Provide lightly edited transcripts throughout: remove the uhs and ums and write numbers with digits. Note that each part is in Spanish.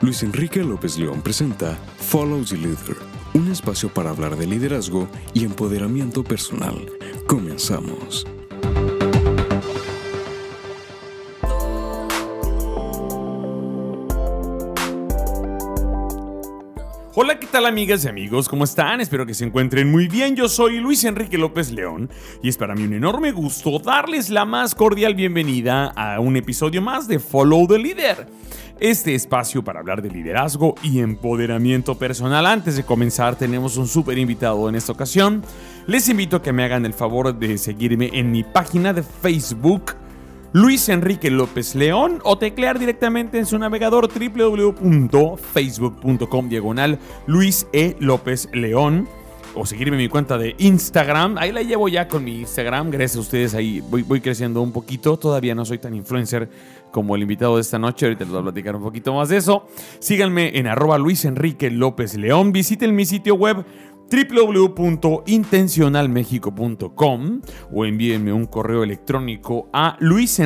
Luis Enrique López León presenta Follow the Leader, un espacio para hablar de liderazgo y empoderamiento personal. Comenzamos. Hola, ¿qué tal amigas y amigos? ¿Cómo están? Espero que se encuentren muy bien. Yo soy Luis Enrique López León y es para mí un enorme gusto darles la más cordial bienvenida a un episodio más de Follow the Leader. Este espacio para hablar de liderazgo y empoderamiento personal. Antes de comenzar, tenemos un súper invitado en esta ocasión. Les invito a que me hagan el favor de seguirme en mi página de Facebook, Luis Enrique López León, o teclear directamente en su navegador www.facebook.com/Luis E. López León, o seguirme en mi cuenta de Instagram. Ahí la llevo ya con mi Instagram, gracias a ustedes. Ahí voy creciendo un poquito. Todavía no soy tan influencer como el invitado de esta noche. Ahorita les voy a platicar un poquito más de eso. Síganme en @Luis Enrique López León. Visiten mi sitio web www.intencionalmexico.com o envíenme un correo electrónico a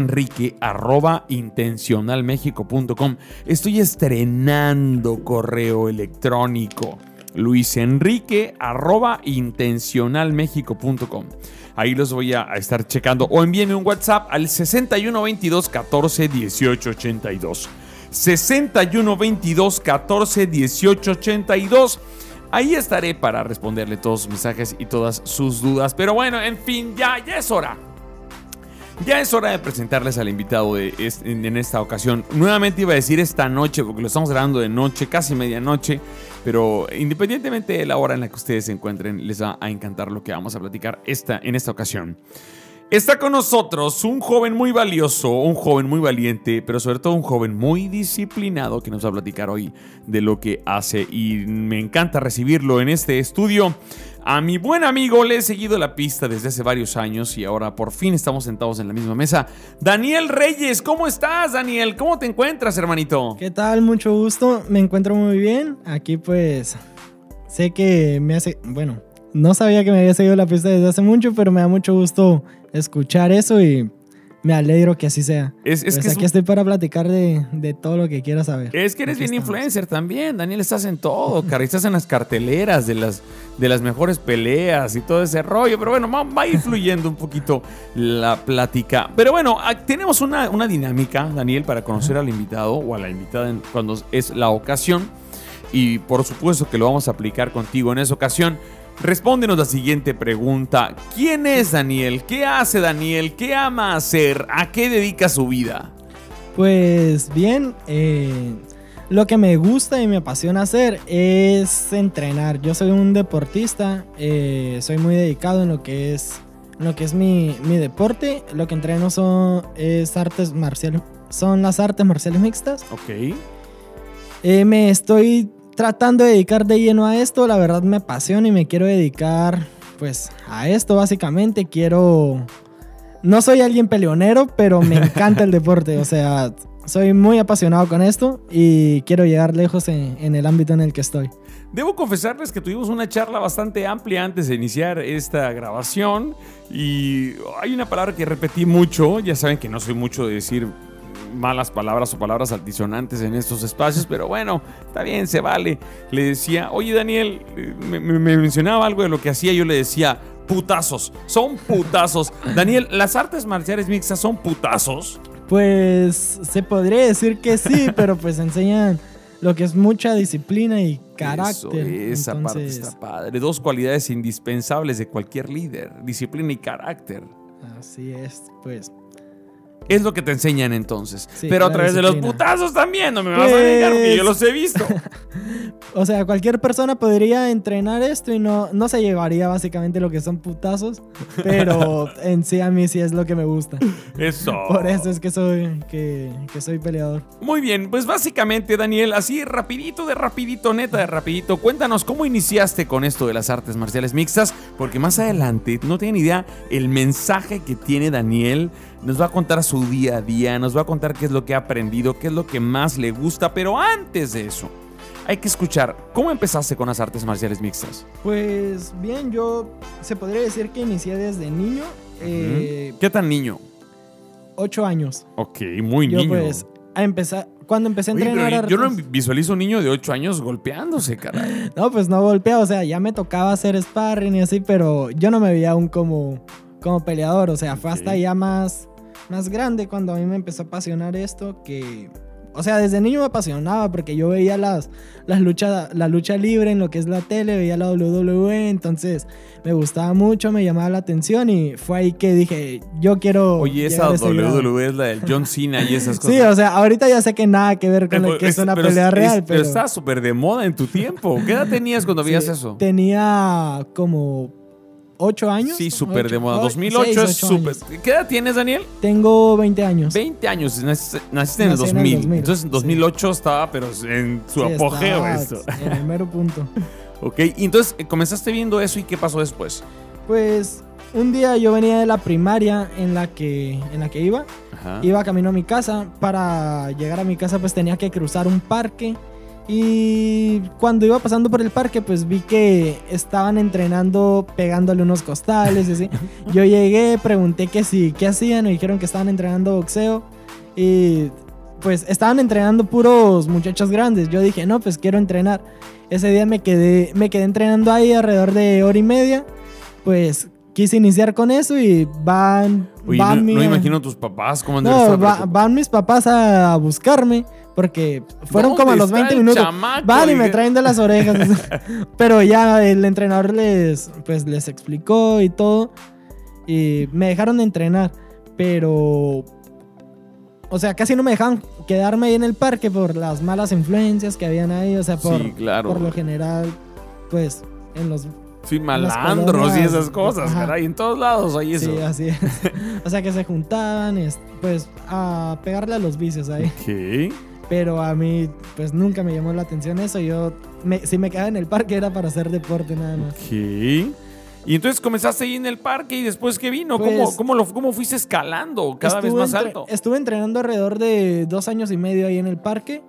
luisenrique@intencionalmexico.com. Estoy estrenando correo electrónico, luisenrique@intencionalmexico.com. Ahí los voy a estar checando, o envíenme un WhatsApp al 6122 14 18 82. 6122 14 18 82. Ahí estaré para responderle todos sus mensajes y todas sus dudas. Pero bueno, en fin, ya es hora. Ya es hora de presentarles al invitado en esta ocasión. Nuevamente iba a decir esta noche, porque lo estamos grabando de noche, casi medianoche. Pero independientemente de la hora en la que ustedes se encuentren, les va a encantar lo que vamos a platicar en esta ocasión. Está con nosotros un joven muy valioso, un joven muy valiente, pero sobre todo un joven muy disciplinado que nos va a platicar hoy de lo que hace, y me encanta recibirlo en este estudio. A mi buen amigo le he seguido la pista desde hace varios años y ahora por fin estamos sentados en la misma mesa. Daniel Reyes, ¿cómo estás, Daniel? ¿Cómo te encuentras, hermanito? ¿Qué tal? Mucho gusto, me encuentro muy bien. Aquí pues sé que no sabía que me había seguido la pista desde hace mucho, pero me da mucho gusto escuchar eso y me alegro que así sea. Aquí estoy para platicar de todo lo que quieras saber. Es que eres bien influencer también, Daniel. Estás en todo, estás en las carteleras de las mejores peleas y todo ese rollo. Pero bueno, va a ir fluyendo un poquito la plática. Pero bueno, tenemos una dinámica, Daniel, para conocer al invitado o a la invitada cuando es la ocasión. Y por supuesto que lo vamos a aplicar contigo en esa ocasión. Respóndenos la siguiente pregunta. ¿Quién es Daniel? ¿Qué hace Daniel? ¿Qué ama hacer? ¿A qué dedica su vida? Pues bien, lo que me gusta y me apasiona hacer es entrenar. Yo soy un deportista, soy muy dedicado en lo que es mi deporte. Lo que entreno son las artes marciales mixtas. Ok. Me estoy tratando de dedicar de lleno a esto. La verdad me apasiona y me quiero dedicar pues a esto básicamente. No soy alguien peleonero, pero me encanta el deporte. O sea, soy muy apasionado con esto y quiero llegar lejos en el ámbito en el que estoy. Debo confesarles que tuvimos una charla bastante amplia antes de iniciar esta grabación y hay una palabra que repetí mucho. Ya saben que no soy mucho de decir malas palabras o palabras altisonantes en estos espacios, pero bueno, está bien, se vale. Le decía, oye Daniel, me mencionaba algo de lo que hacía. Yo le decía, putazos, son putazos. Daniel, ¿las artes marciales mixtas son putazos? Pues se podría decir que sí, pero pues enseñan lo que es mucha disciplina y carácter. Esa parte está padre. Dos cualidades indispensables de cualquier líder: disciplina y carácter. Así es, pues. Es lo que te enseñan entonces. Sí, pero a través de los putazos también, no me vas a negar, porque yo los he visto. O sea, cualquier persona podría entrenar esto y no se llevaría básicamente lo que son putazos, pero en sí a mí sí es lo que me gusta. Eso. Por eso es que soy peleador. Muy bien, pues básicamente, Daniel, así rapidito, neta de rapidito, cuéntanos cómo iniciaste con esto de las artes marciales mixtas, porque más adelante, no tienen idea el mensaje que tiene Daniel. Nos va a contar su día a día, nos va a contar qué es lo que ha aprendido, qué es lo que más le gusta. Pero antes de eso, hay que escuchar cómo empezaste con las artes marciales mixtas. Pues bien, se podría decir que inicié desde niño. ¿Qué tan niño? 8 años. Ok, muy niño. Pues Cuando empecé a Oye, entrenar pero yo no artes- visualizo un niño de 8 años golpeándose, caray. No, pues no golpeaba, o sea, ya me tocaba hacer sparring y así, pero yo no me veía aún como peleador, o sea, fue hasta Ok. ya más grande cuando a mí me empezó a apasionar esto, que, o sea, desde niño me apasionaba porque yo veía la lucha libre en lo que es la tele, veía la WWE, entonces me gustaba mucho, me llamaba la atención y fue ahí que dije, yo quiero Oye, esa llegar a ese grado. WWE es la del John Cena y esas cosas. Sí, o sea, ahorita ya sé que nada que ver con lo que es una Pero pelea real, pero pero estaba súper de moda en tu tiempo. ¿Qué edad tenías cuando veías sí, eso? tenía como 8 años. Sí, súper de 8, moda. 6, 2008 es 8 súper. años. ¿Qué edad tienes, Daniel? Tengo 20 años. 20 años. Naciste en el Nací en 2000. el 2000, Entonces, en sí. 2008 estaba, pero en su Sí, apogeo estaba esto. En el mero punto. Ok, y entonces comenzaste viendo eso y ¿qué pasó después? Pues un día yo venía de la primaria en la que iba. Ajá. Iba camino a mi casa. Para llegar a mi casa pues tenía que cruzar un parque. Y cuando iba pasando por el parque pues vi que estaban entrenando pegándole unos costales y así. Yo llegué, pregunté que sí, qué hacían. Me dijeron que estaban entrenando boxeo. Y pues estaban entrenando puros muchachos grandes. Yo dije, no, pues quiero entrenar. Ese día me quedé entrenando ahí alrededor de hora y media. Pues quise iniciar con eso y van Oye, van no mi- imagino a tus papás cómo han de estar no, preocupados. van mis papás a buscarme porque fueron como a los ¿Dónde está 20 el minutos. chamaco? Van y me Dije. traen de las orejas. Pero ya el entrenador les explicó y todo. Y me dejaron de entrenar. Pero, o sea, casi no me dejaban quedarme ahí en el parque por las malas influencias que habían ahí. O sea, Sí, claro. por lo general, pues, en los... Sí, malandros y colonias, esas cosas, ajá. caray. En todos lados hay eso. Sí, así es. O sea, que se juntaban, pues, a pegarle a los vicios ahí. Ok. Pero a mí, pues nunca me llamó la atención eso. Si me quedaba en el parque era para hacer deporte nada más. Ok. Y entonces comenzaste ahí en el parque y después ¿qué vino? Pues- ¿Cómo fuiste escalando cada vez más alto? Estuve entrenando alrededor de 2 años y medio ahí en el parque.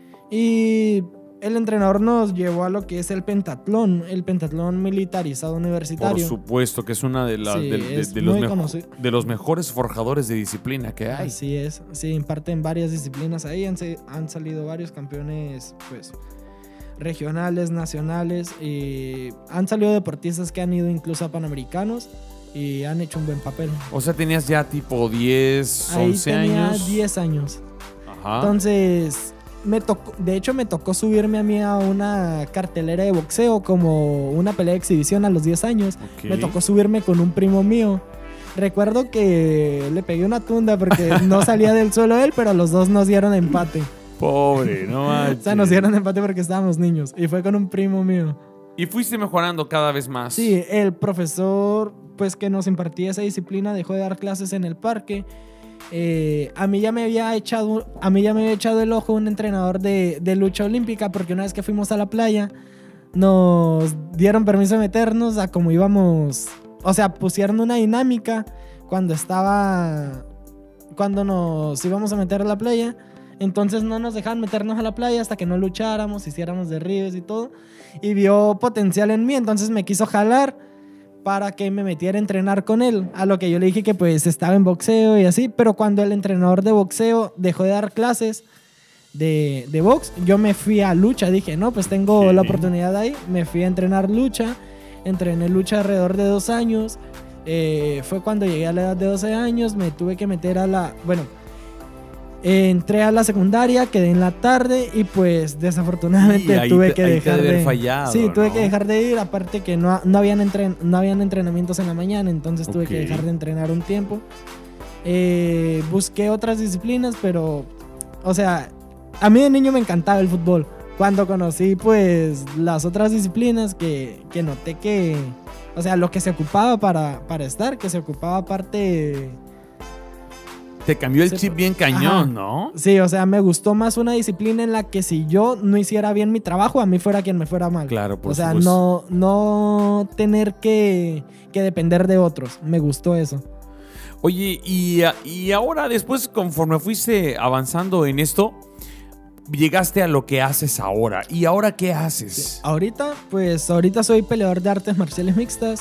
Y el entrenador nos llevó a lo que es el pentatlón militarizado Por universitario. supuesto que es una de las Sí, es de los muy conocido. de los mejores forjadores de disciplina que hay. Así es, sí, imparten varias disciplinas ahí, han salido varios campeones, pues, regionales, nacionales, y han salido deportistas que han ido incluso a panamericanos y han hecho un buen papel. O sea, tenías ya tipo 10, Ahí 11 tenía años. 10 años. Ajá. Entonces, de hecho me tocó subirme a mí a una cartelera de boxeo como una pelea de exhibición a los 10 años. Ok. Me tocó subirme con un primo mío. Recuerdo que le pegué una tunda porque no salía del suelo él, pero los dos nos dieron empate. Pobre, no O manches. sea, nos dieron empate porque estábamos niños. Y fue con un primo mío. Y fuiste mejorando cada vez más. Sí, el profesor pues que nos impartía esa disciplina dejó de dar clases en el parque. A mí ya me había echado el ojo un entrenador de lucha olímpica porque una vez que fuimos a la playa nos dieron permiso de meternos a como íbamos, o sea, pusieron una dinámica cuando nos íbamos a meter a la playa. Entonces no nos dejaban meternos a la playa hasta que no lucháramos, hiciéramos derribes y todo. Y vio potencial en mí, entonces me quiso jalar para que me metiera a entrenar con él. A lo que yo le dije que pues estaba en boxeo y así. Pero cuando el entrenador de boxeo dejó de dar clases de box, yo me fui a lucha. Dije, no, pues tengo Sí. la oportunidad ahí. Me fui a entrenar lucha. Entrené lucha alrededor de 2 años. Fue cuando llegué a la edad de 12 años. Me tuve que meter entré a la secundaria, quedé en la tarde y pues desafortunadamente Y ahí tuve te- que ahí te dejar ha de haber de fallado, sí, tuve ¿no? que dejar de ir, aparte que no habían entrenamientos en la mañana, entonces tuve que Ok. dejar de entrenar un tiempo. Busqué otras disciplinas, pero o sea, a mí de niño me encantaba el fútbol. Cuando conocí pues las otras disciplinas que noté que, o sea, lo que se ocupaba para estar, que se ocupaba aparte. Te cambió el Sí, chip bien cañón, ajá. ¿no? Sí, o sea, me gustó más una disciplina en la que si yo no hiciera bien mi trabajo, a mí fuera quien me fuera mal. Claro, por O sea, supuesto. no tener que depender de otros. Me gustó eso. Oye, y ahora después, conforme fuiste avanzando en esto, llegaste a lo que haces ahora. ¿Y ahora qué haces? Ahorita soy peleador de artes marciales mixtas.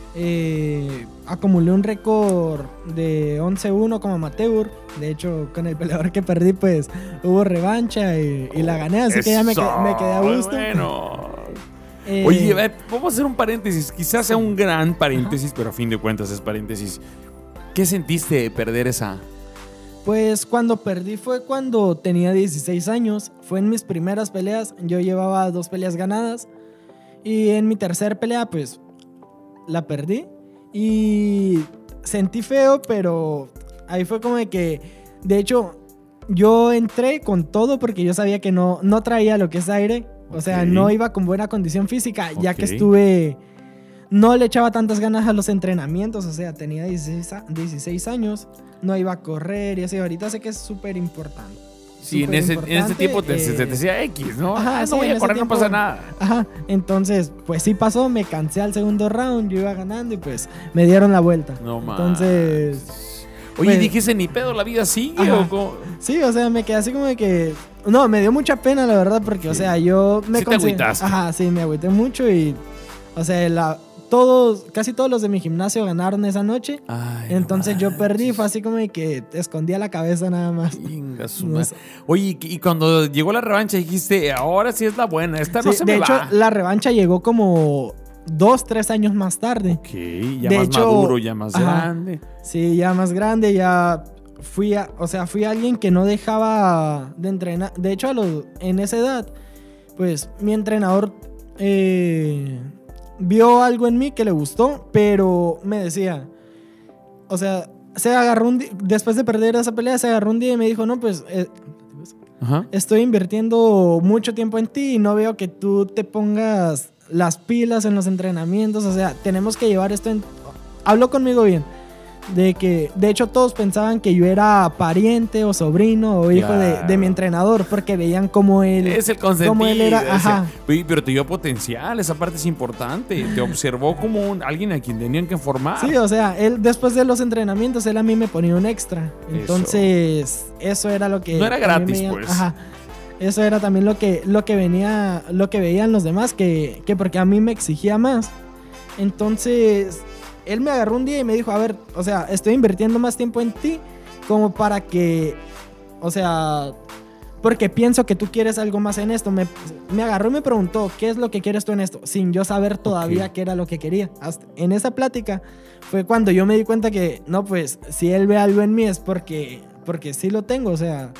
acumulé un récord de 11-1 como amateur. De hecho, con el peleador que perdí, pues hubo revancha y la gané, así que ya me quedé a gusto. Bueno. Oye, vamos a hacer un paréntesis. Quizás sea un gran paréntesis, pero a fin de cuentas es paréntesis. ¿Qué sentiste de perder esa? Pues cuando perdí fue cuando tenía 16 años. Fue en mis primeras peleas. Yo llevaba 2 peleas ganadas. Y en mi tercera pelea, pues, la perdí. Y sentí feo, pero ahí fue como de que... De hecho, yo entré con todo porque yo sabía que no traía lo que es aire. O sea, no iba con buena condición física, ya que estuve... No le echaba tantas ganas a los entrenamientos, o sea, tenía 16 años, no iba a correr y así. Ahorita sé que es súper importante. Sí, en ese tiempo te decía X, ¿no? Ajá, no voy a correr, no pasa nada. Ajá, entonces, pues sí pasó, me cansé al segundo round, yo iba ganando y pues me dieron la vuelta. No más. Entonces... Oye, pues, dijiste, ni pedo, la vida sigue, ¿o cómo? Sí, o sea, me quedé así como de que... No, me dio mucha pena, la verdad, porque, o sea, yo me... Sí te agüitaste. Ajá, sí, me agüité mucho y... O sea, casi todos los de mi gimnasio ganaron esa noche. Ay, entonces yo perdí, fue así como de que escondía la cabeza nada más. No sé. Oye, y cuando llegó la revancha dijiste, ahora sí es la buena, esta no se me va. De hecho, la revancha llegó como 2-3 años más tarde. Ok, ya de más hecho, maduro, ya más grande. Sí, ya más grande, ya fui alguien que no dejaba de entrenar. De hecho, en esa edad, pues mi entrenador vio algo en mí que le gustó, pero me decía, o sea, se agarró después de perder esa pelea, se agarró un día y me dijo, no, pues estoy invirtiendo mucho tiempo en ti y no veo que tú te pongas las pilas en los entrenamientos, o sea, tenemos que llevar esto Habló conmigo bien, de hecho todos pensaban que yo era pariente o sobrino o hijo de mi entrenador, porque veían cómo él... Es el consentido. Cómo él era, ajá. Pero te dio potencial, esa parte es importante. Te observó como alguien a quien tenían que formar. Sí, o sea, él después de los entrenamientos, él a mí me ponía un extra. Entonces, eso era lo que... No era gratis, pues. Ajá. Eso era también lo que veían los demás, que porque a mí me exigía más. Entonces... Él me agarró un día y me dijo, a ver, o sea, estoy invirtiendo más tiempo en ti como para que, o sea, porque pienso que tú quieres algo más en esto. Me agarró y me preguntó, ¿qué es lo que quieres tú en esto? Sin yo saber todavía qué era lo que quería. Hasta en esa plática fue cuando yo me di cuenta que, no, pues, si él ve algo en mí es porque sí lo tengo, o sea...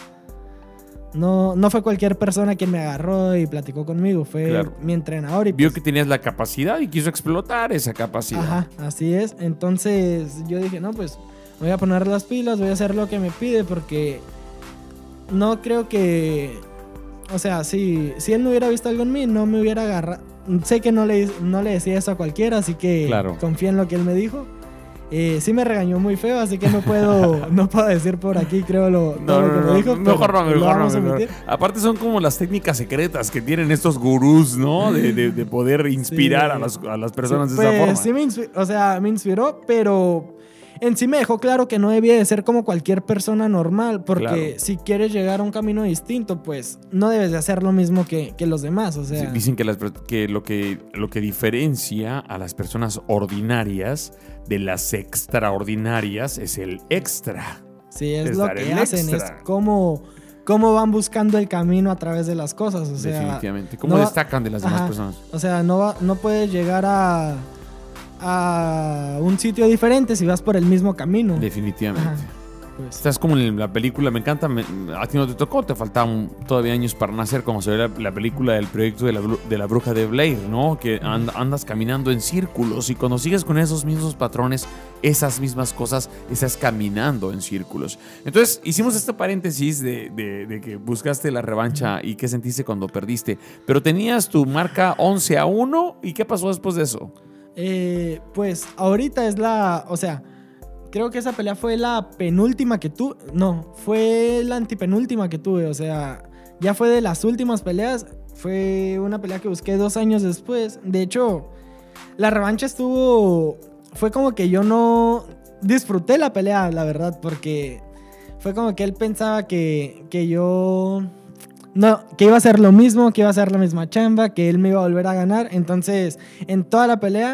No fue cualquier persona quien me agarró y platicó conmigo, fue mi entrenador. Y vio que tenías la capacidad y quiso explotar esa capacidad. Ajá, así es. Entonces yo dije, no, pues voy a poner las pilas, voy a hacer lo que me pide porque no creo que... O sea, si él no hubiera visto algo en mí, no me hubiera agarrado. Sé que no le decía eso a cualquiera, así que confía en lo que él me dijo. Sí me regañó muy feo, así que no puedo decir por aquí, creo, todo lo que me dijo. Mejor no. Aparte son como las técnicas secretas que tienen estos gurús, ¿no? De poder inspirar a las personas de esa forma. Sí me inspiró, pero en sí me dejó claro que no debía de ser como cualquier persona normal, porque si quieres llegar a un camino distinto, pues no debes de hacer lo mismo que los demás, o sea. Sí, dicen que lo que diferencia a las personas ordinarias de las extraordinarias es el extra. Sí, es lo que hacen, es cómo van buscando el camino a través de las cosas, o sea. Definitivamente. ¿Cómo destacan de las demás personas? O sea, no puedes llegar a un sitio diferente si vas por el mismo camino. Definitivamente. Pues. Estás como en la película, me encanta. A ti no te tocó, te faltaban todavía años para nacer, como se ve la película del proyecto de la bruja de Blair, ¿no? Que andas caminando en círculos y cuando sigues con esos mismos patrones, esas mismas cosas, estás caminando en círculos. Entonces, hicimos este paréntesis de que buscaste la revancha y qué sentiste cuando perdiste. Pero tenías tu marca 11-1 ¿y qué pasó después de eso? Pues ahorita o sea, creo que esa pelea fue la penúltima que tuve. No, fue la antepenúltima que tuve. O sea, ya fue de las últimas peleas. Fue una pelea que busqué 2 años después. De hecho, la revancha fue como que yo no disfruté la pelea, la verdad, porque fue como que él pensaba que yo... No, que iba a ser lo mismo, que iba a ser la misma chamba, que él me iba a volver a ganar. Entonces, en toda la pelea,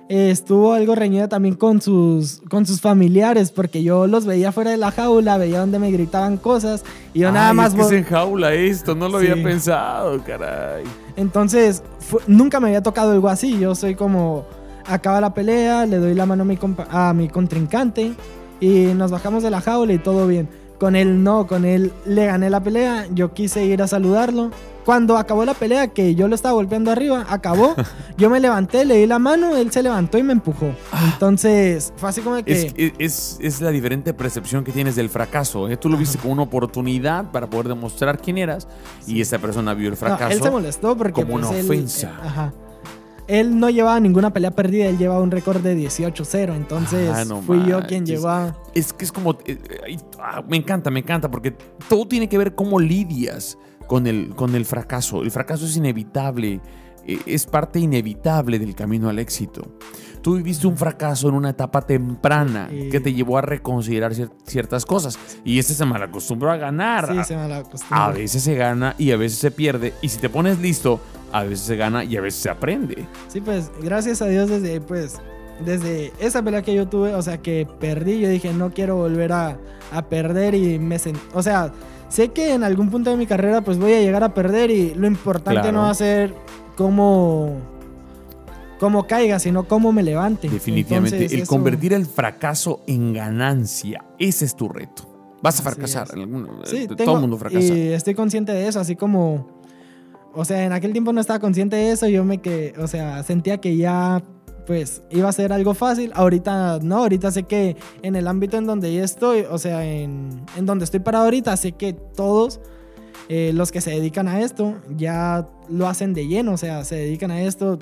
estuvo algo reñida también con sus familiares, porque yo los veía fuera de la jaula, veía donde me gritaban cosas y yo nada más... Es que se enjaula esto, no lo Sí. había pensado, caray. Entonces, nunca me había tocado algo así. Yo soy como, acaba la pelea, le doy la mano a mi contrincante y nos bajamos de la jaula y todo bien. Con él no, con él le gané la pelea, yo quise ir a saludarlo. Cuando acabó la pelea, que yo lo estaba golpeando arriba, acabó, yo me levanté, le di la mano, él se levantó y me empujó. Entonces, fue así como que... Es la diferente percepción que tienes del fracaso, ¿eh? Tú lo viste como una oportunidad para poder demostrar quién eras y esa persona vio el fracaso No, él se molestó porque como una pues, ofensa. Él no llevaba ninguna pelea perdida, él llevaba un récord de 18-0, entonces No fui yo manches. quien llegó a... Es que es como... me encanta, porque todo tiene que ver cómo lidias con el fracaso. El fracaso es inevitable, es parte inevitable del camino al éxito. Tú viviste un fracaso en una etapa temprana que te llevó a reconsiderar ciertas cosas. Y este se malacostumbró a ganar. Sí, se malacostumbró. A veces se gana y a veces se pierde. Y si te pones listo, a veces se gana y a veces se aprende. Sí, pues gracias a Dios desde esa pelea que yo tuve, o sea, que perdí, yo dije, no quiero volver a perder y o sea, sé que en algún punto de mi carrera pues voy a llegar a perder y lo importante Claro. no va a ser cómo caiga, sino cómo me levante. Definitivamente. Entonces, El convertir el fracaso en ganancia, ese es tu reto. Vas a Así fracasar. es. Sí, Todo el mundo fracasa. Y estoy consciente de eso, así como... O sea, en aquel tiempo no estaba consciente de eso, o sea, sentía que ya pues iba a ser algo fácil. Ahorita no, ahorita sé que en el ámbito en donde yo estoy, o sea, en donde estoy parado ahorita, sé que todos los que se dedican a esto ya lo hacen de lleno, o sea, se dedican a esto,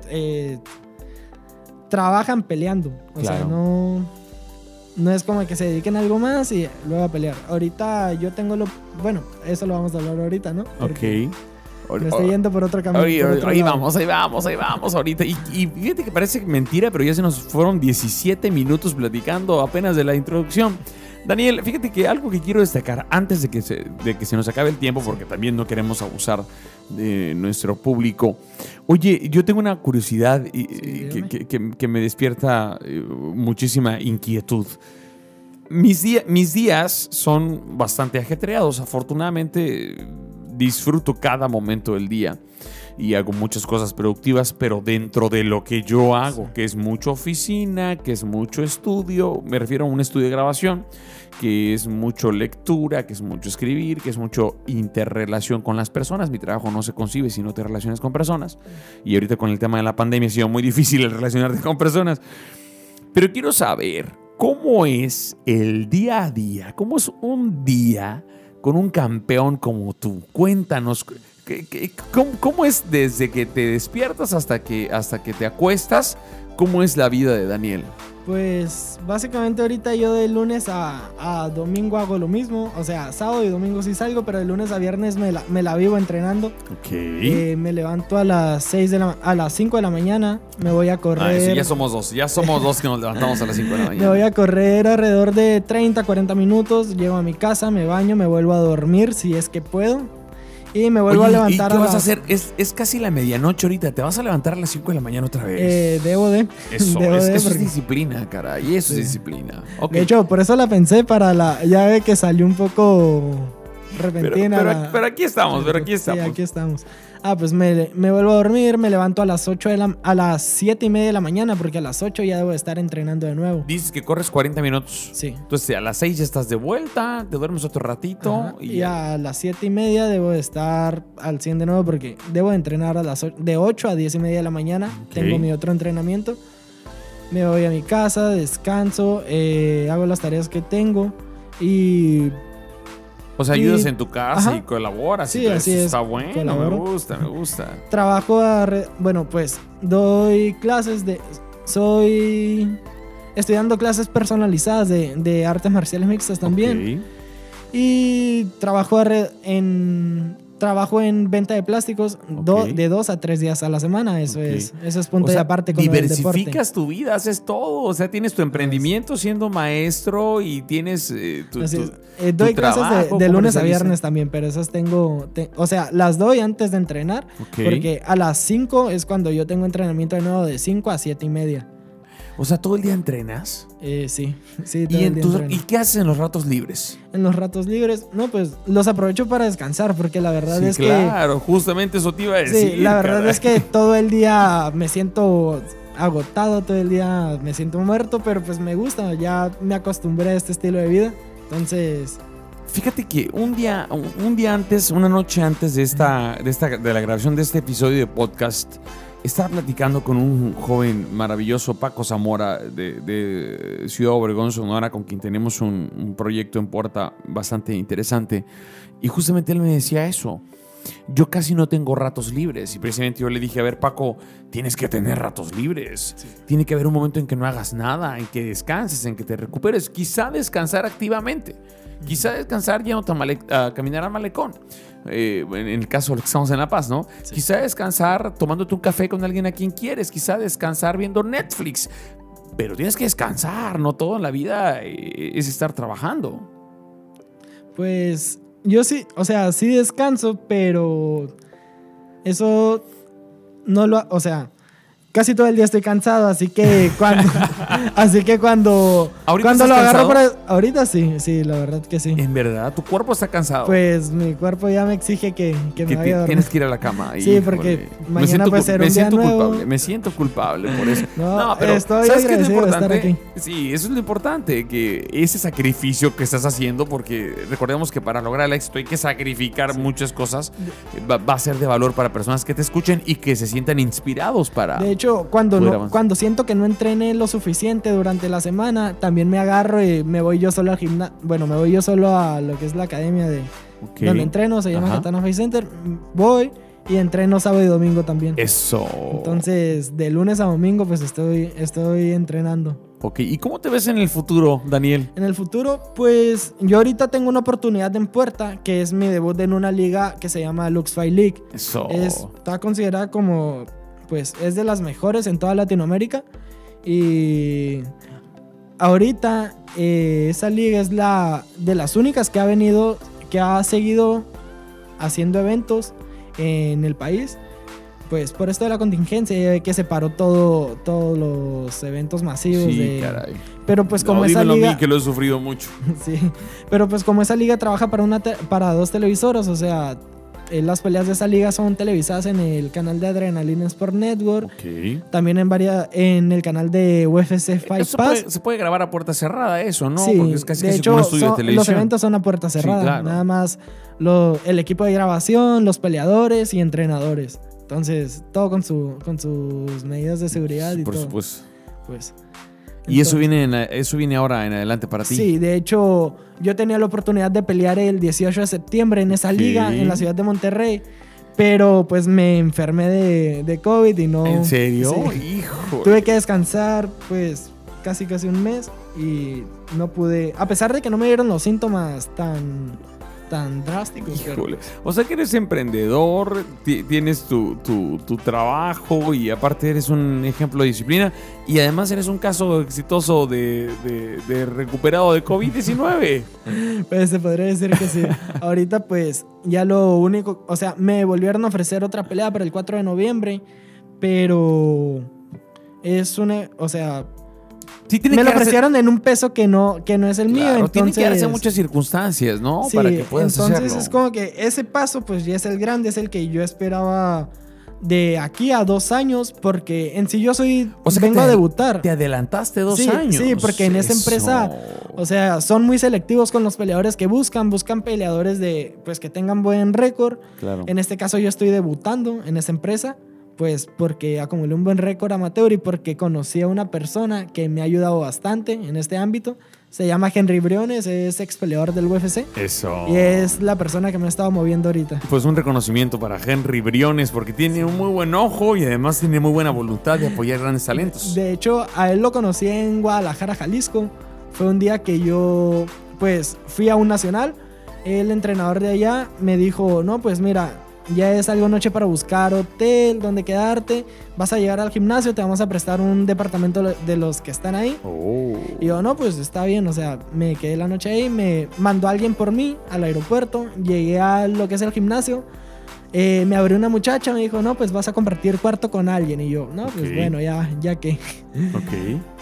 trabajan peleando, o sea, Claro. no es como que se dediquen a algo más y luego a pelear. Ahorita yo tengo bueno, eso lo vamos a hablar ahorita, ¿no? Porque Ok. me estoy yendo por otro camino. Ahí lado. vamos ahorita. Y fíjate que parece mentira, pero ya se nos fueron 17 minutos platicando apenas de la introducción. Daniel, fíjate que algo que quiero destacar antes de que se nos acabe el tiempo, porque también no queremos abusar de nuestro público. Oye, yo tengo una curiosidad que me despierta muchísima inquietud. Mis días son bastante ajetreados. Afortunadamente disfruto cada momento del día y hago muchas cosas productivas, pero dentro de lo que yo hago, que es mucha oficina, que es mucho estudio, me refiero a un estudio de grabación, que es mucho lectura, que es mucho escribir, que es mucho interrelación con las personas. Mi trabajo no se concibe si no te relacionas con personas. Y ahorita con el tema de la pandemia ha sido muy difícil el relacionarte con personas. Pero quiero saber cómo es el día a día, cómo es un día con un campeón como tú. Cuéntanos, ¿cómo es desde que te despiertas hasta que te acuestas? ¿Cómo es la vida de Daniel? Pues básicamente ahorita yo de lunes a domingo hago lo mismo. O sea, sábado y domingo sí salgo, pero de lunes a viernes me la vivo entrenando. Ok. Me levanto a las 5 de la mañana, me voy a correr. Eso, ya somos dos que nos levantamos a las 5 de la mañana. Me voy a correr alrededor de 30, 40 minutos, llego a mi casa, me baño, me vuelvo a dormir si es que puedo. Y me vuelvo a levantar ¿y qué vas a hacer? Es casi la medianoche ahorita. ¿Te vas a levantar a las 5 de la mañana otra vez? Debo de. Eso porque... es disciplina, caray. Eso es disciplina. Okay. De hecho, por eso la pensé ya ve que salió un poco repentina. Pero aquí estamos, Sí, aquí estamos. Pues me vuelvo a dormir, me levanto a las 7:30 de la mañana, porque a las 8 ya debo estar entrenando de nuevo. Dices que corres 40 minutos. Sí. Entonces a las 6 ya estás de vuelta, te duermes otro ratito. Ajá, y a las 7:30 debo de estar al 100 de nuevo, porque debo de entrenar de 8 a 10:30 de la mañana. Okay. Tengo mi otro entrenamiento. Me voy a mi casa, descanso, hago las tareas que tengo y... O sea, ayudas en tu casa y colaboras. Sí, así es. Está bueno, colaboro. Me gusta. Trabajo, pues doy clases soy estudiando clases personalizadas de artes marciales mixtas también. Okay. Y trabajo en venta de plásticos de 2 a 3 días a la semana. Eso es punto de aparte con el deporte. Diversificas tu vida, haces todo. O sea, tienes tu emprendimiento siendo maestro y tienes doy clases de lunes a viernes también, pero esas o sea, las doy antes de entrenar, porque a las 5 es cuando yo tengo entrenamiento de nuevo de 5 a 7:30. O sea, ¿todo el día entrenas? Sí, todo el día entreno. ¿Y qué haces en los ratos libres? En los ratos libres, no, pues los aprovecho para descansar, porque la verdad es que... Claro, justamente eso te iba a decir. Sí, la verdad es que todo el día me siento agotado, todo el día me siento muerto, pero pues me gusta, ya me acostumbré a este estilo de vida, entonces... Fíjate que un día antes, una noche antes de la grabación de este episodio de podcast, estaba platicando con un joven maravilloso, Paco Zamora, de Ciudad Obregón, Sonora, con quien tenemos un proyecto en puerta bastante interesante. Y justamente él me decía eso. Yo casi no tengo ratos libres. Y precisamente yo le dije, a ver, Paco, tienes que tener ratos libres. Sí. Tiene que haber un momento en que no hagas nada, en que descanses, en que te recuperes. Quizá descansar activamente. Quizá descansar yéndote a caminar al malecón. En el caso de lo que estamos en La Paz, ¿no? Sí. Quizá descansar tomándote un café con alguien a quien quieres. Quizá descansar viendo Netflix. Pero tienes que descansar. No todo en la vida es estar trabajando. Pues yo sí, o sea, sí descanso, pero eso no lo... O sea... Casi todo el día estoy cansado, así que cuando lo agarro para... Ahorita sí, la verdad que sí. ¿En verdad? ¿Tu cuerpo está cansado? Pues mi cuerpo ya me exige que me vaya a dormir. Tienes que ir a la cama. Sí, porque mañana puede ser un día nuevo. Me siento culpable por eso. No, pero estoy agradecido de estar aquí. Sí, eso es lo importante, que ese sacrificio que estás haciendo, porque recordemos que para lograr el éxito hay que sacrificar muchas cosas, va a ser de valor para personas que te escuchen y que se sientan inspirados para... De hecho, cuando siento que no entrené lo suficiente durante la semana, también me agarro y me voy yo solo al gimnasio. Bueno, me voy yo solo a lo que es la academia donde entreno, se llama Katana Fight Center. Voy y entreno sábado y domingo también. Eso. Entonces, de lunes a domingo, pues estoy entrenando. Ok, ¿y cómo te ves en el futuro, Daniel? En el futuro, pues yo ahorita tengo una oportunidad en puerta, que es mi debut en una liga que se llama Lux Fight League. Eso. Está considerada como... pues es de las mejores en toda Latinoamérica, y ahorita esa liga es de las únicas que ha seguido haciendo eventos en el país, pues por esto de la contingencia que se paró todos los eventos masivos. Sí, caray. Pero pues como esa liga... a mí que lo he sufrido mucho. Sí, pero pues como esa liga trabaja para 2 televisoras, o sea... las peleas de esa liga son televisadas en el canal de Adrenaline Sport Network. Okay. También en el canal de UFC Fight Pass. Se puede grabar a puerta cerrada eso, ¿no? Sí, porque es casi de hecho, como un estudio de televisión. Los eventos son a puerta cerrada. Sí, claro. Nada más el equipo de grabación, los peleadores y entrenadores. Entonces, todo con sus medidas de seguridad y por todo. Por supuesto. Pues... ¿Y eso viene ahora en adelante para ti? Sí, de hecho, yo tenía la oportunidad de pelear el 18 de septiembre en esa liga, en la ciudad de Monterrey, pero pues me enfermé de COVID y no... ¿En serio? Sí. Hijo. Tuve que descansar pues casi un mes y no pude, a pesar de que no me dieron los síntomas tan drásticos. Híjole. O sea que eres emprendedor, tienes tu trabajo y aparte eres un ejemplo de disciplina y además eres un caso exitoso de recuperado de COVID-19. Pues se podría decir que sí. Ahorita pues ya lo único, o sea, me volvieron a ofrecer otra pelea para el 4 de noviembre, pero o sea... Sí, me lo ofrecieron en un peso que no es el mío. Entonces, tiene que darse muchas circunstancias, ¿no? Sí, para que puedas hacerlo. Entonces es como que ese paso pues ya es el grande, es el que yo esperaba de aquí a 2 años, porque en sí yo vengo a debutar. Te adelantaste 2 años. Sí, porque en esa empresa, o sea, son muy selectivos con los peleadores que buscan peleadores pues que tengan buen récord. Claro. En este caso yo estoy debutando en esa empresa, pues porque acumulé un buen récord amateur y porque conocí a una persona que me ha ayudado bastante en este ámbito. Se llama Henry Briones, es ex peleador del UFC. Eso. Y es la persona que me ha estado moviendo ahorita. Pues un reconocimiento para Henry Briones, porque tiene un muy buen ojo y además tiene muy buena voluntad de apoyar grandes talentos. De hecho, a él lo conocí en Guadalajara, Jalisco. Fue un día que yo, pues, fui a un nacional. El entrenador de allá me dijo, no, pues mira... ya es algo noche para buscar hotel, donde quedarte. Vas a llegar al gimnasio, te vamos a prestar un departamento de los que están ahí. Y yo, no, pues está bien. O sea, me quedé la noche ahí. Me mandó alguien por mí al aeropuerto. Llegué a lo que es el gimnasio. Me abrió una muchacha, me dijo, no, pues vas a compartir cuarto con alguien. Y yo, no, pues bueno, ya que.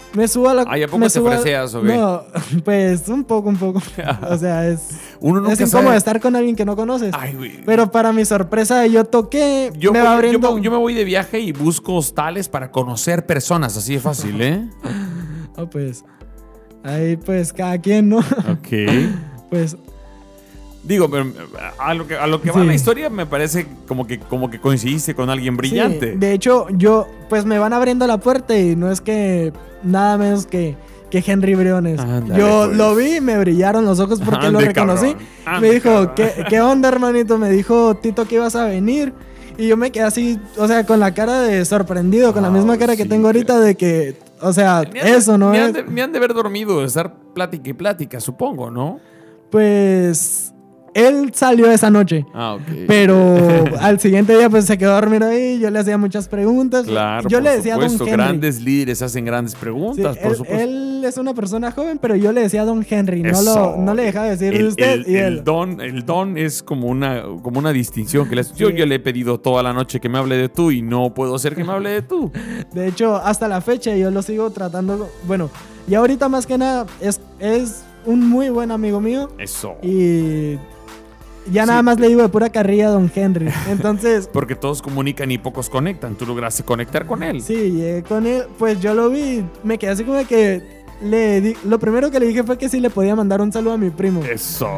Me subo a la... Ay, ¿a poco me te subo a- freseas o qué? No, pues un poco. O sea, Uno nunca es incómodo sabe. estar con alguien que no conoces. Ay, güey. Pero para mi sorpresa, yo toqué, Yo me voy- va abriendo... yo me voy de viaje y busco hostales para conocer personas, así de fácil, ¿eh? Oh, pues, ahí pues cada quien, ¿no? Ok. Pues, Digo, pero a lo que va Sí. la historia me parece como que coincidiste con alguien brillante. sí, de hecho, pues me van abriendo la puerta y no es que nada menos que Henry Briones. Ándale, Yo pues. lo vi, me brillaron los ojos porque lo Ande, reconocí. cabrón. Ande, Me dijo, cabrón. ¿qué onda, hermanito? Me dijo Tito que ibas a venir. Y yo me quedé así, o sea, con la cara de sorprendido, con la misma cara que sí, tengo ahorita de que, o sea, eso no es. Me han de haber dormido, de estar plática y plática, supongo, ¿no? Pues él salió esa noche. Ah, ok. Pero al siguiente día pues se quedó a dormir ahí, yo le hacía muchas preguntas. Claro, yo por le decía supuesto, a Don Henry. grandes líderes hacen grandes Sí, preguntas, por supuesto. él es una persona joven, pero yo le decía a Don Henry, Eso. no le dejaba decir de El- usted el- y el él. don es como una distinción que yo Sí. le he pedido toda la noche que me hable de tú y no puedo hacer que me hable de tú. De hecho, hasta la fecha yo lo sigo tratando, bueno, y ahorita más que nada es un muy buen amigo mío Eso. y ya Sí. nada más le digo de pura carrilla a Don Henry. Entonces, Porque todos comunican y pocos conectan. Tú lograste conectar con él. sí, llegué con él, pues yo lo vi, me quedé así como de que lo primero que le dije fue que sí le podía mandar un saludo a mi primo. Eso.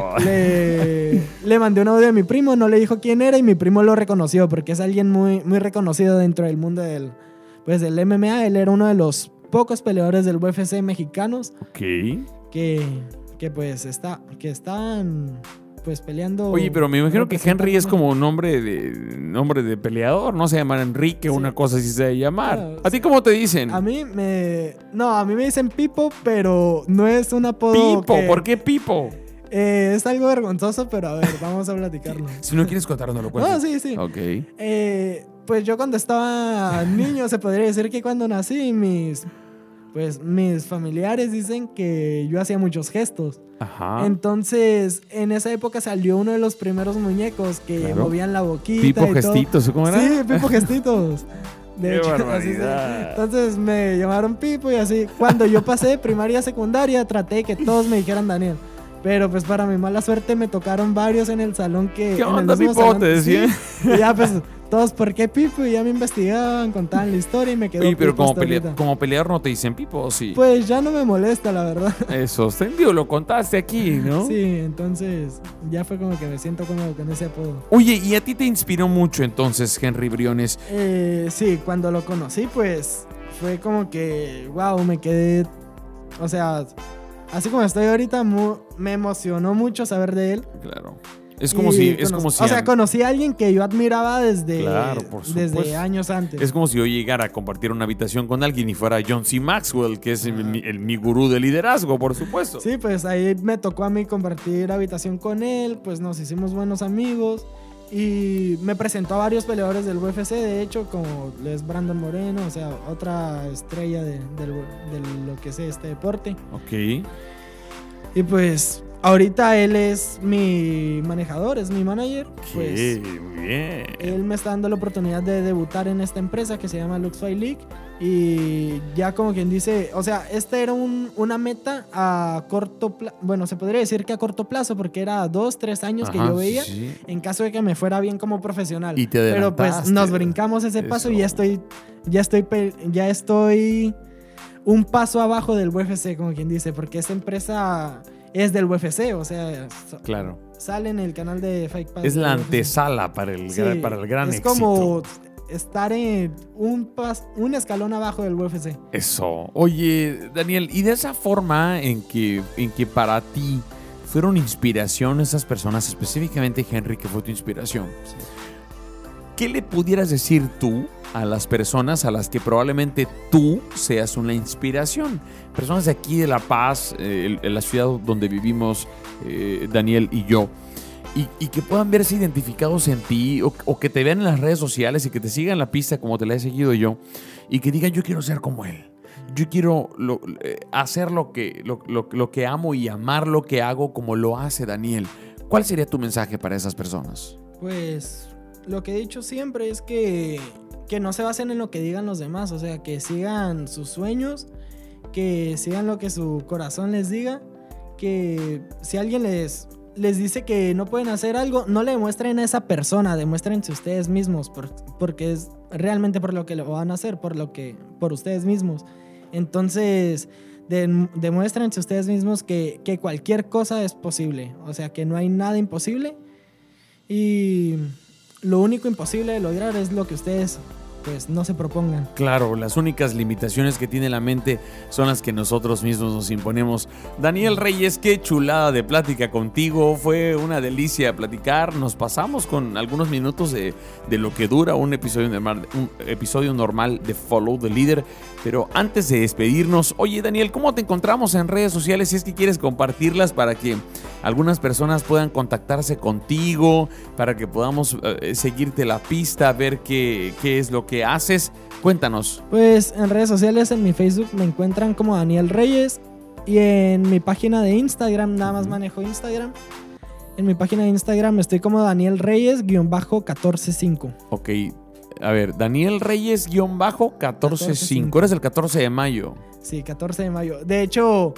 Le mandé un audio a mi primo, no le dijo quién era y mi primo lo reconoció porque es alguien muy, muy reconocido dentro del mundo del MMA. Él era uno de los pocos peleadores del UFC mexicanos Ok. que pues están pues peleando. Oye, pero me imagino que Henry es representando- como nombre de peleador, no se llama Enrique, Sí. una cosa así se debe llamar. Claro, ¿A ti cómo te dicen? A mí me dicen Pipo, pero no es un apodo Pipo, que- ¿por qué Pipo? es algo vergonzoso, pero a ver, vamos a platicarlo. Si no quieres contar, no lo cuentes. No, sí, sí. Ok. Pues yo cuando estaba niño, se podría decir que cuando nací, mis familiares dicen que yo hacía muchos gestos. Ajá. Entonces, en esa época salió uno de los primeros muñecos que Claro. movían la boquita Pipo y todo. gestitos, ¿cómo era? Sí, Pipo Gestitos. De Qué hecho, así barbaridad. entonces me llamaron Pipo y así. Cuando yo pasé de primaria a secundaria, traté de que todos me dijeran Daniel. Pero pues para mi mala suerte me tocaron varios en el salón que... ¿Qué en el onda, mismo Pipo? salón, Te decían. sí. Y ya pues todos, ¿por qué Pipo? Y ya me investigaban, contaban la historia y me quedó Oye, pero Pipo hasta ahorita. como peleador no te dicen Pipo, ¿o sí? Pues ya no me molesta, la verdad. Eso, digo, lo contaste aquí, ¿no? Sí, entonces ya fue como que me siento cómodo con ese apodo. Oye, ¿y a ti te inspiró mucho entonces Henry Briones? Sí, cuando lo conocí, pues fue como que, wow, me quedé, o sea, así como estoy ahorita, me emocionó mucho saber de él. Claro. Es como si... O sea, conocí a alguien que yo admiraba desde, Claro, por supuesto. desde años antes. Es como si yo llegara a compartir una habitación con alguien y fuera John C. Maxwell, que es mi gurú de liderazgo, por supuesto. Sí, pues ahí me tocó a mí compartir habitación con él, pues nos hicimos buenos amigos y me presentó a varios peleadores del UFC, de hecho, como es Brandon Moreno, o sea, otra estrella de lo que es este deporte. Ok. Y pues ahorita él es mi manejador, es mi manager. Pues Qué bien. él me está dando la oportunidad de debutar en esta empresa que se llama Lux Fight League. Y ya como quien dice, o sea, esta era una meta a corto plazo. Bueno, se podría decir que a corto plazo porque era 2-3 años que Ajá, yo veía. sí. En caso de que me fuera bien como profesional. Y te Pero pues adelantaste. nos brincamos ese paso y Eso. ya estoy un paso abajo del UFC, como quien dice, porque esta empresa es del UFC, o sea, Claro. sale en el canal de Fight Pass. Es la del UFC. antesala para el, Sí, para el gran es éxito. como estar en un escalón abajo del UFC. Eso. Oye, Daniel, y de esa forma en que para ti fueron inspiración esas personas, específicamente Henry, que fue tu inspiración, ¿qué le pudieras decir tú a las personas a las que probablemente tú seas una inspiración? Personas de aquí de La Paz, en la ciudad donde vivimos, Daniel y yo, y que puedan verse identificados en ti o que te vean en las redes sociales y que te sigan la pista como te la he seguido yo y que digan yo quiero ser como él. Yo quiero hacer lo que amo y amar lo que hago como lo hace Daniel. ¿Cuál sería tu mensaje para esas personas? Pues lo que he dicho siempre es que no se basen en lo que digan los demás, o sea, que sigan sus sueños que sigan lo que su corazón les diga, que si alguien les dice que no pueden hacer algo, no le demuestren a esa persona, demuéstrense ustedes mismos, porque es realmente por lo que lo van a hacer, por ustedes mismos. Entonces, demuéstrense ustedes mismos que cualquier cosa es posible, o sea, que no hay nada imposible, y lo único imposible de lograr es lo que ustedes pues no se propongan. Claro, las únicas limitaciones que tiene la mente son las que nosotros mismos nos imponemos. Daniel Reyes, qué chulada de plática contigo, fue una delicia platicar, nos pasamos con algunos minutos de lo que dura un episodio normal de Follow the Leader, pero antes de despedirnos, oye Daniel, ¿cómo te encontramos en redes sociales si es que quieres compartirlas para que algunas personas puedan contactarse contigo, para que podamos seguirte la pista, ver qué es lo que haces? Cuéntanos. Pues en redes sociales, en mi Facebook me encuentran como Daniel Reyes, y en mi página de Instagram, nada más manejo Instagram. En mi página de Instagram estoy como Daniel Reyes-145. Ok, a ver, Daniel Reyes-145. Eres el 14 de mayo. Sí, 14 de mayo. De hecho,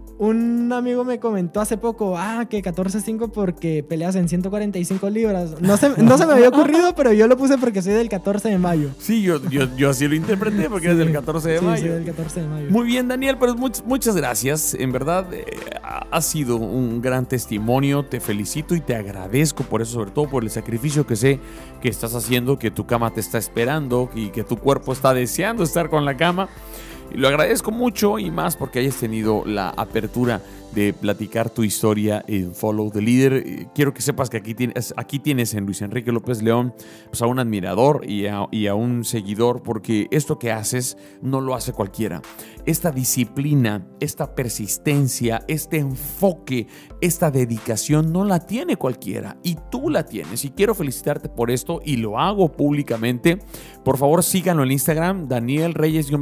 un amigo me comentó hace poco, que 14.5 porque peleas en 145 libras. No se me había ocurrido, pero yo lo puse porque soy del 14 de mayo. Sí, yo así lo interpreté porque eres del 14 de mayo. Sí, soy del 14 de mayo. Muy bien, Daniel, pero muchas gracias. En verdad, ha sido un gran testimonio. Te felicito y te agradezco por eso, sobre todo por el sacrificio que sé que estás haciendo, que tu cama te está esperando y que tu cuerpo está deseando estar con la cama. Y lo agradezco mucho, y más porque hayas tenido la apertura de platicar tu historia en Follow the Leader. Quiero que sepas que aquí tienes en Luis Enrique López León pues a un admirador y a un seguidor, porque esto que haces no lo hace cualquiera. Esta disciplina, esta persistencia, este enfoque, esta dedicación no la tiene cualquiera, y tú la tienes, y quiero felicitarte por esto, y lo hago públicamente. Por favor, síganlo en Instagram, Daniel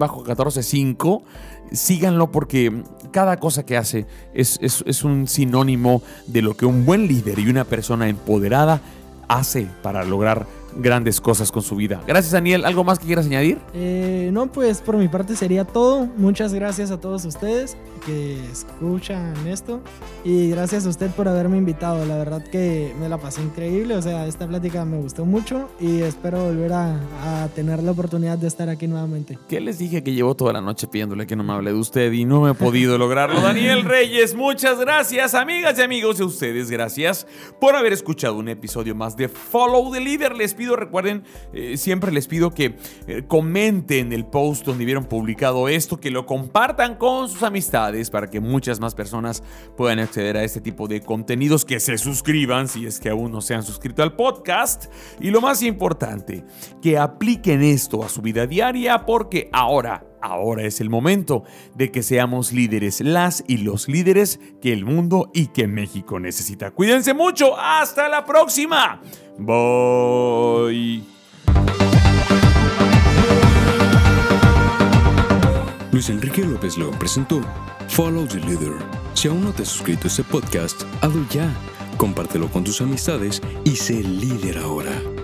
Reyes-145. Síganlo porque cada cosa que hace es un sinónimo de lo que un buen líder y una persona empoderada hace para lograr grandes cosas con su vida. Gracias, Daniel. ¿Algo más que quieras añadir? No, pues por mi parte sería todo. Muchas gracias a todos ustedes que escuchan esto, y gracias a usted por haberme invitado. La verdad que me la pasé increíble, o sea, esta plática me gustó mucho y espero volver a tener la oportunidad de estar aquí nuevamente. ¿Qué les dije? Que llevo toda la noche pidiéndole que no me hable de usted y no he podido lograrlo. Daniel Reyes, muchas gracias, amigas y amigos, y a ustedes gracias por haber escuchado un episodio más de Follow the Leader. Les pido, recuerden, siempre les pido que comenten el post donde vieron publicado esto, que lo compartan con sus amistades para que muchas más personas puedan acceder a este tipo de contenidos, que se suscriban si es que aún no se han suscrito al podcast, y lo más importante, que apliquen esto a su vida diaria, porque ahora es el momento de que seamos líderes, las y los líderes que el mundo y que México necesita. Cuídense mucho, hasta la próxima. Bye. Luis Enrique López León presentó Follow the Leader. Si aún no te has suscrito a este podcast, hazlo ya. Compártelo con tus amistades y sé líder ahora.